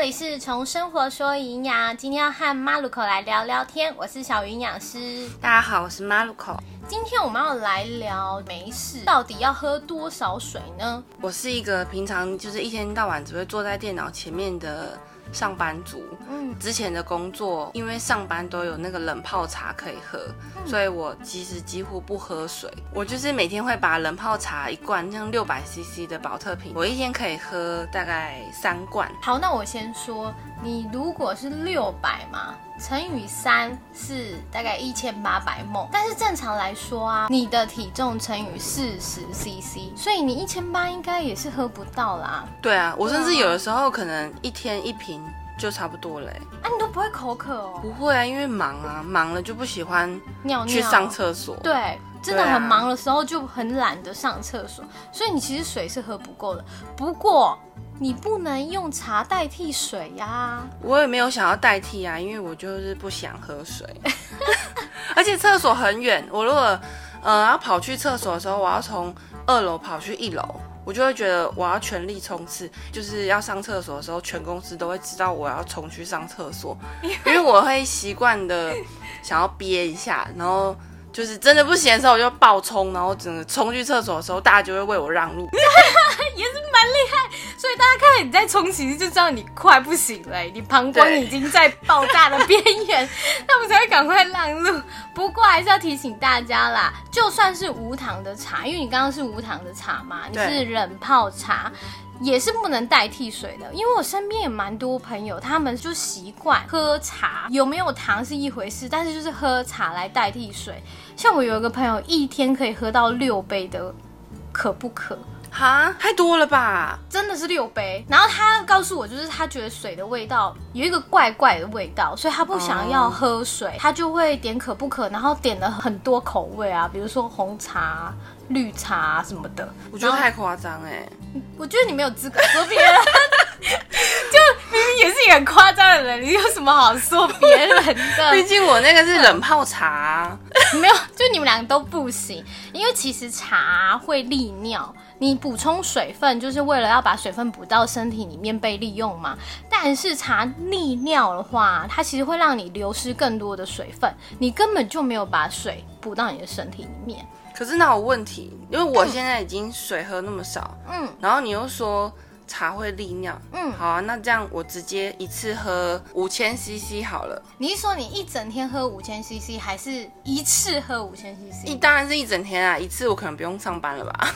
里是从生活说营养，今天要和马鲁口来聊聊天，我是小营养师。 大家好，我是马鲁口。 今天我们要来聊没事到底要喝多少水呢？ 我是一个平常就是一天到晚只会坐在电脑前面的上班族。之前的工作因为上班都有那个冷泡茶可以喝，所以我其实几乎不喝水。我就是每天会把冷泡茶一罐像600cc 的保特瓶，我一天可以喝大概3罐。 好，那我先说，你如果是600嘛，乘以3是大概1800ml，但是正常来说啊，你的体重乘以40cc， 所以你1800应该也是喝不到啦。 对啊，我甚至有的时候可能一天1瓶就差不多了。 啊，你都不会口渴哦？ 不会啊，因为忙了就不喜欢尿去上厕所。 对，真的很忙的时候就很懒得上厕所，所以你其实水是喝不够的。不过你不能用茶代替水呀。 我也没有想要代替啊，因为我就是不想喝水，而且厕所很远。我如果要跑去厕所的时候，我要从2楼跑去1楼。我就会觉得我要全力冲刺，就是要上厕所的时候，全公司都会知道我要冲去上厕所，因为我会习惯的想要憋一下，然后就是真的不行的时候我就爆冲，然后整个冲去厕所的时候，大家就会为我让路。 也是蛮厉害，所以大家看你在冲，其实就知道你快不行了，你膀胱已经在爆炸的边缘，他们才会赶快让路。不过还是要提醒大家啦，就算是无糖的茶，因为你刚刚是无糖的茶嘛，你是冷泡茶，也是不能代替水的。因为我身边也蛮多朋友，他们就习惯喝茶，有没有糖是一回事，但是就是喝茶来代替水。像我有一个朋友，一天可以喝到6杯的可不可。 哈，太多了吧？ 真的是6杯。然后他告诉我，就是他觉得水的味道有一个怪怪的味道，所以他不想要喝水，他就会点可不可，然后点了很多口味啊，比如说红茶、绿茶什么的。 我觉得太夸张欸。 我觉得你没有资格说别人。就明明也是一个很夸张的人，你有什么好说别人的？ 毕竟我那个是冷泡茶。 没有，就你们两个都不行，因为其实茶会利尿，你补充水分就是为了要把水分补到身体里面被利用嘛。但是茶利尿的话，它其实会让你流失更多的水分，你根本就没有把水补到你的身体里面。 可是那有问题，因为我现在已经水喝那么少，然后你又说茶会利尿，好啊，那这样我直接一次喝5000cc 好了。 你是说你一整天喝5000cc，还是一次喝5000cc？ 当然是一整天啊，一次我可能不用上班了吧？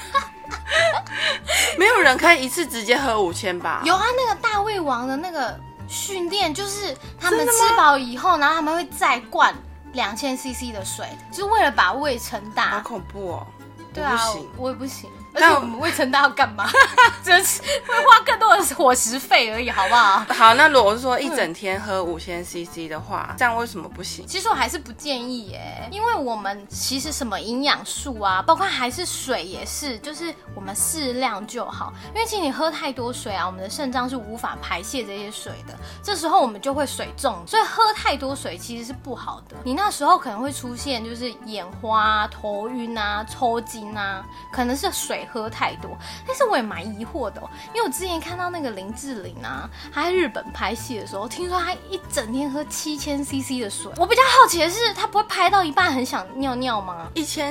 没有人可以一次直接喝5000吧？ 有啊，那个大胃王的那个训练，就是他们吃饱以后，然后他们会再灌2000cc 的水，就是为了把胃撑大。 好恐怖哦！ 对啊， 我不行， 我也不行。而且我们胃撑大要干嘛？就是会花更多的伙食费而已，好不好？ 好，那如果是说一整天喝5000cc 的话，这样为什么不行？ 其实我还是不建议耶，因为我们其实什么营养素啊，包括还是水也是，就是我们适量就好。因为其实你喝太多水啊，我们的肾脏是无法排泄这些水的，这时候我们就会水肿，所以喝太多水其实是不好的。你那时候可能会出现就是眼花啊、头晕啊、抽筋啊，可能是水喝太多。但是我也蛮疑惑的因为我之前看到那个林志玲啊，她在日本拍戏的时候，听说她一整天喝7000cc 的水。我比较好奇的是，她不会拍到一半很想尿尿吗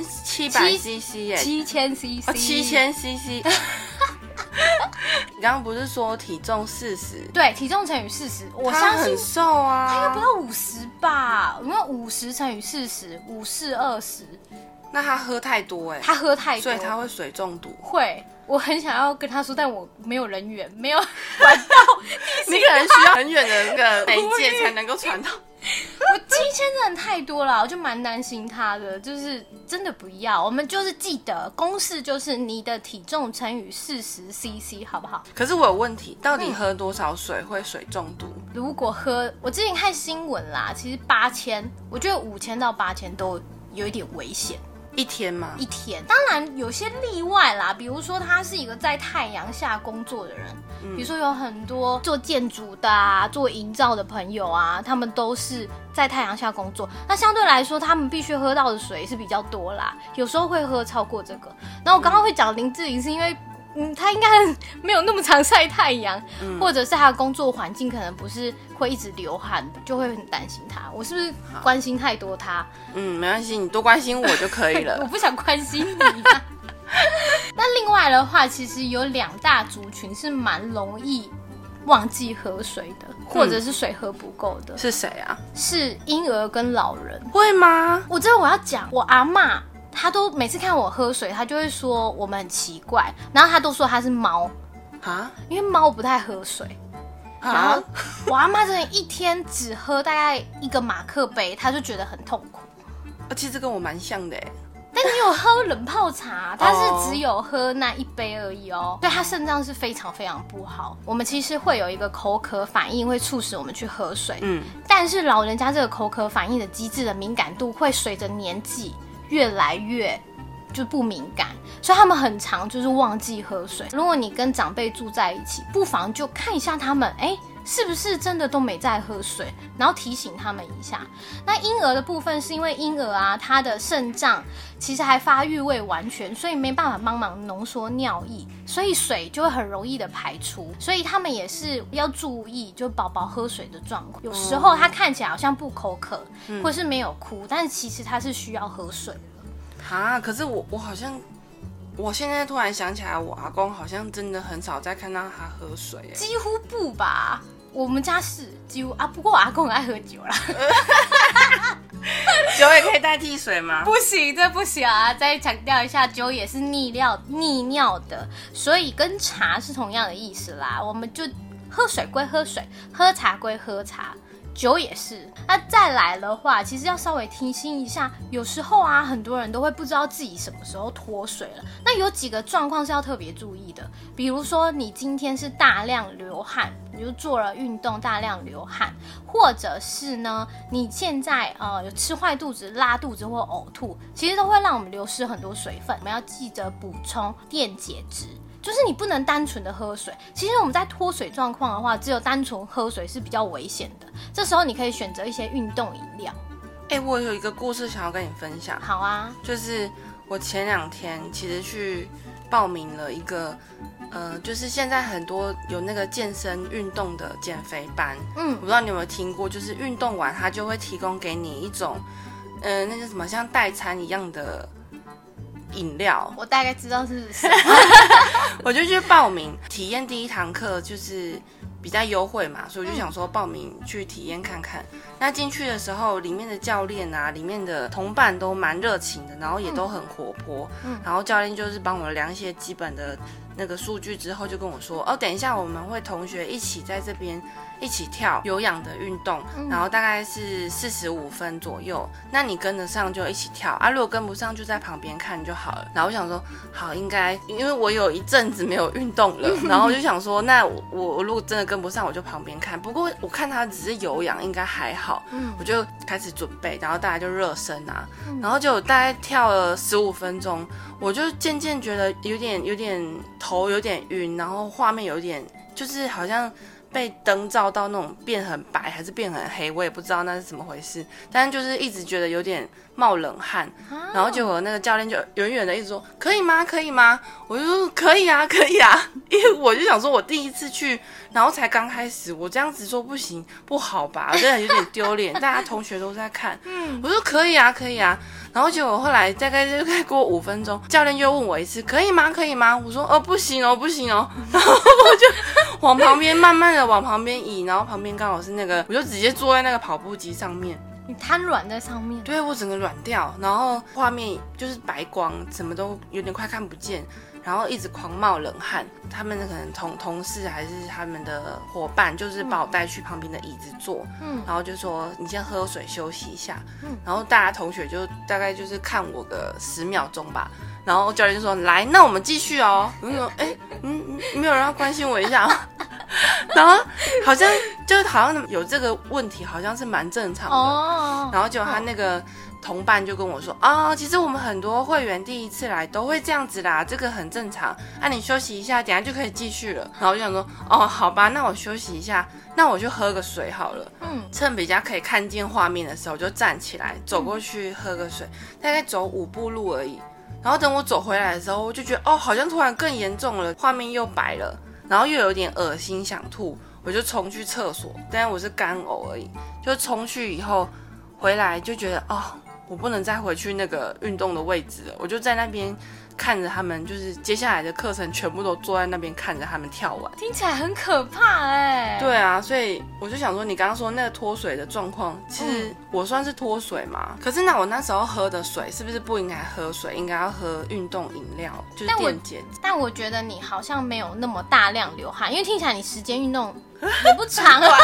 ？1700cc 耶 ，7000cc， 7000cc。你刚刚不是说体重40？ 对，体重乘以40，我相信他很瘦啊， 他应该不到50吧？有没有50乘以40，5420？ 那他喝太多他喝太多， 所以他会水中毒。 会，我很想要跟他说，但我没有人缘，没有管道， 你可能需要很远的那个媒介才能够传到。 我7000真的太多了，我就蛮担心他的，就是真的不要。我们就是记得公式就是你的体重乘以40cc， 好不好？ 可是我有问题，到底喝多少水会水中毒？ 如果喝，我之前看新闻啦，其实8000，我觉得5000到8000都有一点危险。 一天吗？ 一天，当然有些例外啦，比如说他是一个在太阳下工作的人，比如说有很多做建筑的啊、做营造的朋友啊，他们都是在太阳下工作，那相对来说他们必须喝到的水是比较多啦，有时候会喝超过这个。然后我刚刚会讲林志玲是因为他应该没有那么常晒太阳，或者是他的工作环境可能不是会一直流汗的，就会很担心他。我是不是关心太多他？ 没关系，你多关心我就可以了。 我不想关心你。那另外的话，其实有2大族群是蛮容易忘记喝水的，或者是水喝不够的。 是谁啊？ 是婴儿跟老人。 会吗？ 我要讲，我阿嬷她都每次看我喝水，她就会说我们很奇怪，然后她都说她是猫啊，因为猫不太喝水。然后我阿嬷真的一天只喝大概1个马克杯，她就觉得很痛苦。 其实跟我蛮像的耶。 但你有喝冷泡茶，但是只有喝那1杯而已哦，对，它肾脏是非常非常不好。我们其实会有一个口渴反应，会促使我们去喝水。但是老人家这个口渴反应的机制的敏感度会随着年纪越来越就不敏感，所以他们很常就是忘记喝水。如果你跟长辈住在一起，不妨就看一下他们，是不是真的都没在喝水，然后提醒他们一下。那婴儿的部分是因为婴儿啊，他的肾脏其实还发育未完全，所以没办法帮忙浓缩尿液，所以水就会很容易的排出，所以他们也是要注意就宝宝喝水的状况。有时候他看起来好像不口渴，或是没有哭，但是其实他是需要喝水的。 可是我好像我现在突然想起来，我阿公好像真的很少再看到他喝水， 几乎不吧。我们家是几乎不过我阿公很爱喝酒啦。 酒也可以代替水吗？ 不行，这不行啊！再强调一下，酒也是利尿的，所以跟茶是同样的意思啦。我们就喝水归喝水，喝茶归喝茶。酒也是。那再来的话，其实要稍微提醒一下，有时候啊，很多人都会不知道自己什么时候脱水了。那有几个状况是要特别注意的，比如说你今天是大量流汗，你就做了运动大量流汗，或者是呢，你现在有吃坏肚子、拉肚子或呕吐，其实都会让我们流失很多水分。我们要记得补充电解质。就是你不能单纯的喝水，其实我们在脱水状况的话，只有单纯喝水是比较危险的。这时候你可以选择一些运动饮料。 我有一个故事想要跟你分享。 好啊， 就是我前2天其实去报名了一个就是现在很多有那个健身运动的减肥班。我不知道你有没有听过，就是运动完它就会提供给你一种那叫什么像代餐一样的饮料。 我大概知道是什么。 我就去报名体验第1堂课，就是比较优惠嘛，所以我就想说报名去体验看看。那进去的时候，里面的教练啊，里面的同伴都蛮热情的，然后也都很活泼。然后教练就是帮我量一些基本的那个数据之后，就跟我说，等一下我们会同学一起在这边一起跳有氧的运动，然后大概是45分左右。那你跟得上就一起跳啊，如果跟不上就在旁边看就好了。然后我想说，好，应该因为我有一阵子没有运动了，然后我就想说，那我如果真的跟不上，我就旁边看。不过我看他只是有氧，应该还好。我就开始准备，然后大家就热身啊，然后就大概跳了15分钟，我就渐渐觉得有点头有点晕，然后画面有点就是好像被灯照到那种变很白还是变很黑，我也不知道那是怎么回事，但是就是一直觉得有点冒冷汗，然后结果那个教练就远远的一直说可以吗？可以吗？我就说可以啊，可以啊，因为我就想说我第一次去，然后才刚开始，我这样子说不行不好吧，真的有点丢脸，大家同学都在看，我说可以啊，可以啊。然后结果后来大概过5分钟，教练又问我一次，可以吗？可以吗？我说不行哦，不行哦。然后我就往旁边慢慢的往旁边移，然后旁边刚好是那个，我就直接坐在那个跑步机上面。 你瘫软在上面？ 对，我整个软掉，然后画面就是白光，什么都有点快看不见，然后一直狂冒冷汗。他们可能同事还是他们的伙伴，就是把我带去旁边的椅子坐，然后就说你先喝水休息一下，然后大家同学就大概就是看我个10秒钟吧，然后教练就说来，那我们继续哦。我就说没有人要关心我一下。然后好像有这个问题，好像是蛮正常的。然后结果他那个同伴就跟我说其实我们很多会员第一次来都会这样子啦，这个很正常。你休息一下，等一下就可以继续了。然后我就想说好吧，那我休息一下，那我就喝个水好了。趁比较可以看见画面的时候，就站起来走过去喝个水，大概走5步路而已。然然后等我走回来的时候，我就觉得好像突然更严重了，画面又白了，然后又有点恶心想吐，我就冲去厕所，但是我是干呕而已，就冲去以后回来就觉得我不能再回去那个运动的位置了，我就在那边看着他们，就是接下来的课程全部都坐在那边看着他们跳完， 听起来很可怕哎。 对啊，所以我就想说，你刚刚说那个脱水的状况，其实我算是脱水嘛。可是我那时候喝的水是不是不应该喝水，应该要喝运动饮料，就是电解质？ 但我觉得你好像没有那么大量流汗，因为听起来你时间运动也不长啊。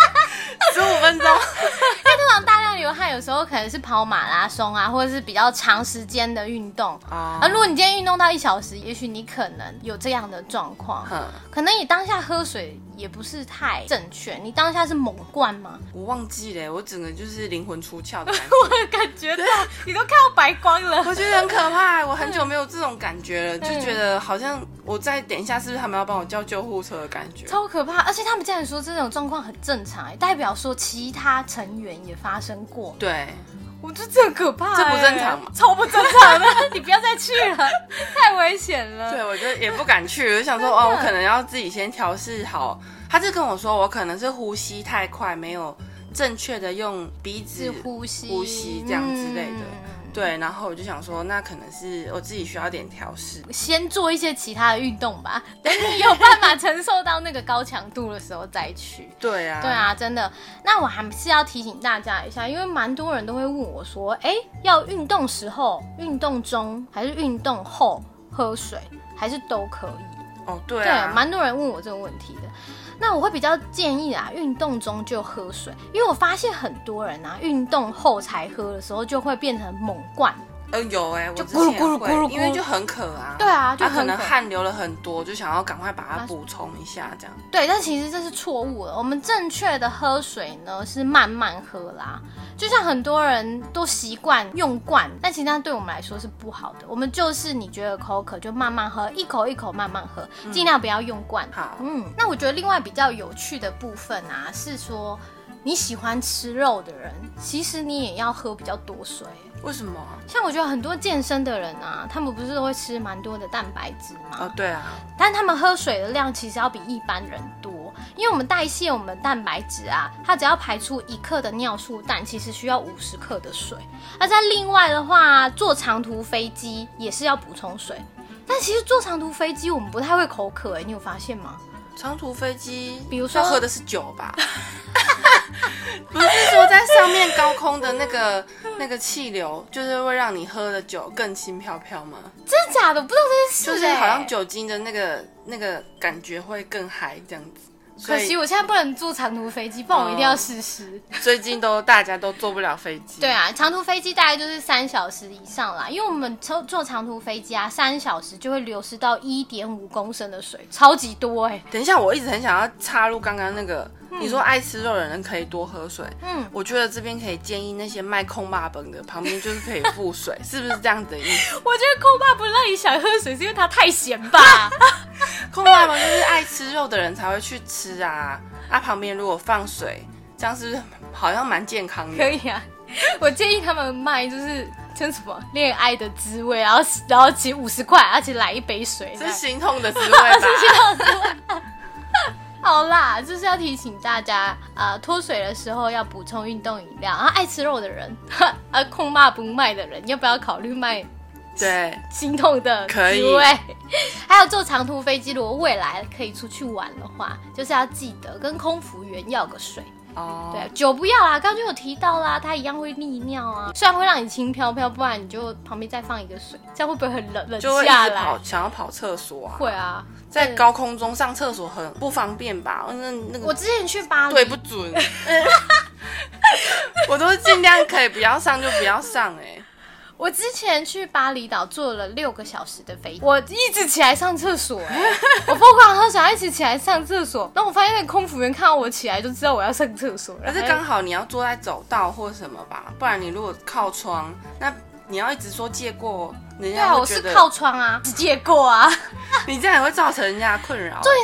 15分钟，因为通常大量流汗有时候可能是跑马拉松啊，或者是比较长时间的运动如果你今天运动到1小时，也许你可能有这样的状况，可能你当下喝水也不是太正确。你当下是猛灌吗？ 我忘记了，我整个就是灵魂出窍的感觉。 我感觉到你都看到白光了， 我觉得很可怕。我很久没有这种感觉了，就觉得好像我再等一下是不是他们要帮我叫救护车的感觉， 超可怕。而且他们竟然说这种状况很正常，代表说其他成员也发生过。 对， 我觉得这很可怕， 这不正常吗？ 超不正常的，你不要再去了，太危险了。 对，我就也不敢去，我就想说我可能要自己先调试好。他就跟我说我可能是呼吸太快，没有正确的用鼻子呼吸这样之类的。对，然后我就想说，那可能是我自己需要点调试， 先做一些其他的运动吧，等你有办法承受到那个高强度的时候再去。 对啊， 对啊，真的。那我还是要提醒大家一下，因为蛮多人都会问我说，要运动时候、运动中还是运动后喝水，还是都可以？ 对啊， 对，蛮多人问我这个问题的。那我会比较建议运动中就喝水，因为我发现很多人运动后才喝的时候就会变成猛灌。 有我之前会，因为就很渴啊。 对啊，就很渴， 可能汗流了很多，就想要赶快把它补充一下，这样。 对，但其实这是错误的。我们正确的喝水呢是慢慢喝啦，就像很多人都习惯用灌，但其实那对我们来说是不好的。我们就是你觉得口渴就慢慢喝，一口一口慢慢喝，尽量不要用灌。 好， 那我觉得另外比较有趣的部分是说，你喜欢吃肉的人，其实你也要喝比较多水。 为什么？ 像我觉得很多健身的人他们不是都会吃蛮多的蛋白质吗？ 对啊。 但他们喝水的量其实要比一般人多，因为我们代谢我们蛋白质它只要排出1克的尿素氮，其实需要50克的水。那在另外的话，坐长途飞机也是要补充水。但其实坐长途飞机我们不太会口渴你有发现吗？ 长途飞机， 比如说喝的是酒吧？不是说在上面高空的那个气流，就是会让你喝的酒更轻飘飘吗？ 真的假的？不知道这件事就是好像酒精的那个感觉会更嗨这样子。 可惜我现在不能坐长途飞机，不然我一定要试试。 最近大家都坐不了飞机。 对啊，长途飞机大概就是3小时以上啦，因为我们坐长途飞机3小时就会流失到1.5公升的水，超级多等一下，我一直很想要插入刚刚那个。你说爱吃肉的人可以多喝水，我觉得这边可以建议那些卖空霸本的旁边就是可以附水，是不是这样子的意思？ 我觉得空霸本让你想喝水是因为它太咸吧？ 空霸本就是爱吃肉的人才会去吃啊，旁边如果放水，这样是不是好像蛮健康的？ 可以啊，我建议他们卖就是叫什么恋爱的滋味，然后其实50块，而且来一杯水， 是心痛的滋味吧？ 是心痛的滋味。好啦，就是要提醒大家，脱水的时候要补充运动饮料。然后爱吃肉的人，空骂不卖的人，要不要考虑卖？ 对， 心痛的滋味。还有坐长途飞机，如果未来可以出去玩的话，就是要记得跟空服员要个水。对，酒不要啦，刚刚就有提到啦，它一样会利尿啊，虽然会让你轻飘飘，不然你就旁边再放一个水，这样会不会很冷就会下来？ 想要跑厕所啊？ 会啊， 在高空中上厕所很不方便吧？那个我之前去巴黎， 对不准，我都尽量可以不要上就不要上我之前去巴厘岛坐了6个小时的飞机，我一直起来上厕所我疯狂喝水，一直起来上厕所。然后我发现那个空服员看到我起来就知道我要上厕所。 可是刚好你要坐在走道或什么吧，不然你如果靠窗，那你要一直说借过，人家会觉得。 对啊，我是靠窗啊，借过啊。 你这样也会造成人家的困扰。 重点是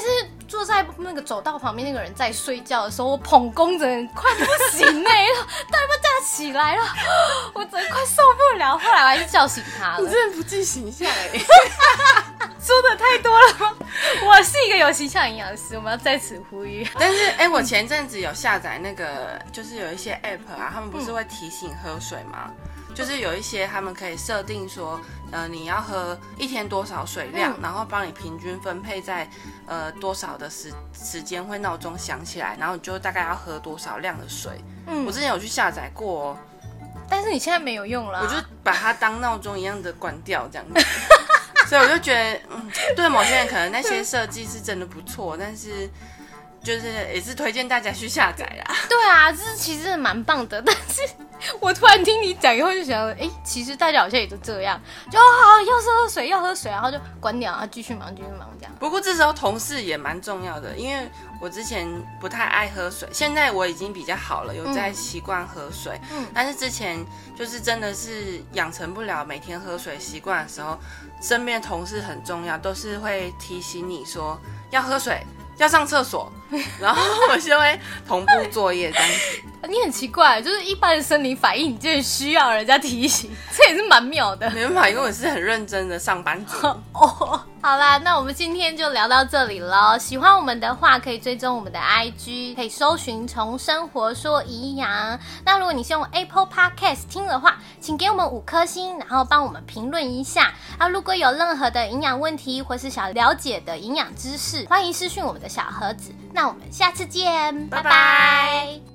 坐在那个走道旁边那个人在睡觉的时候，我捧公整个快不行哎、欸，到底要不要叫他起来了？我真的快受不了，后来我还是叫醒他了。 你真的不计形象哎、欸！ 说的太多了吗？我是一个有形象营养师，我们要在此呼吁。 但是我前阵子有下载那个，就是有一些 app 啊，他们不是会提醒喝水吗？就是有一些他们可以设定说，你要喝一天多少水量，然后帮你平均分配在多少的时间会闹钟响起来，然后你就大概要喝多少量的水。我之前有去下载过哦， 但是你现在没有用了、啊， 我就把它当闹钟一样的关掉这样子。所以我就觉得，对某些人可能那些设计是真的不错，但是就是也是推荐大家去下载啦。 对啊，这其实蛮棒的，但是我突然听你讲以后就想，其实大家好像也都这样，就好要喝水要喝水，然后就关掉，然后继续忙这样。 不过这时候同事也蛮重要的，因为我之前不太爱喝水，现在我已经比较好了，有在习惯喝水。但是之前就是真的是养成不了每天喝水习惯的时候，身边的同事很重要，都是会提醒你说要喝水。要上厕所，然后我就会同步作业这样子。 你很奇怪，就是一般的生理反应，你就需要人家提醒，这也是蛮妙的。 没办法，因为我是很认真的上班族。 哦，好啦，那我们今天就聊到这里了。喜欢我们的话，可以追踪我们的 IG， 可以搜寻从生活说营养。那如果你是用 Apple Podcast 听的话，请给我们5颗星，然后帮我们评论一下。如果有任何的营养问题，或是想了解的营养知识，欢迎私讯我们的小盒子。那我们下次见，拜拜。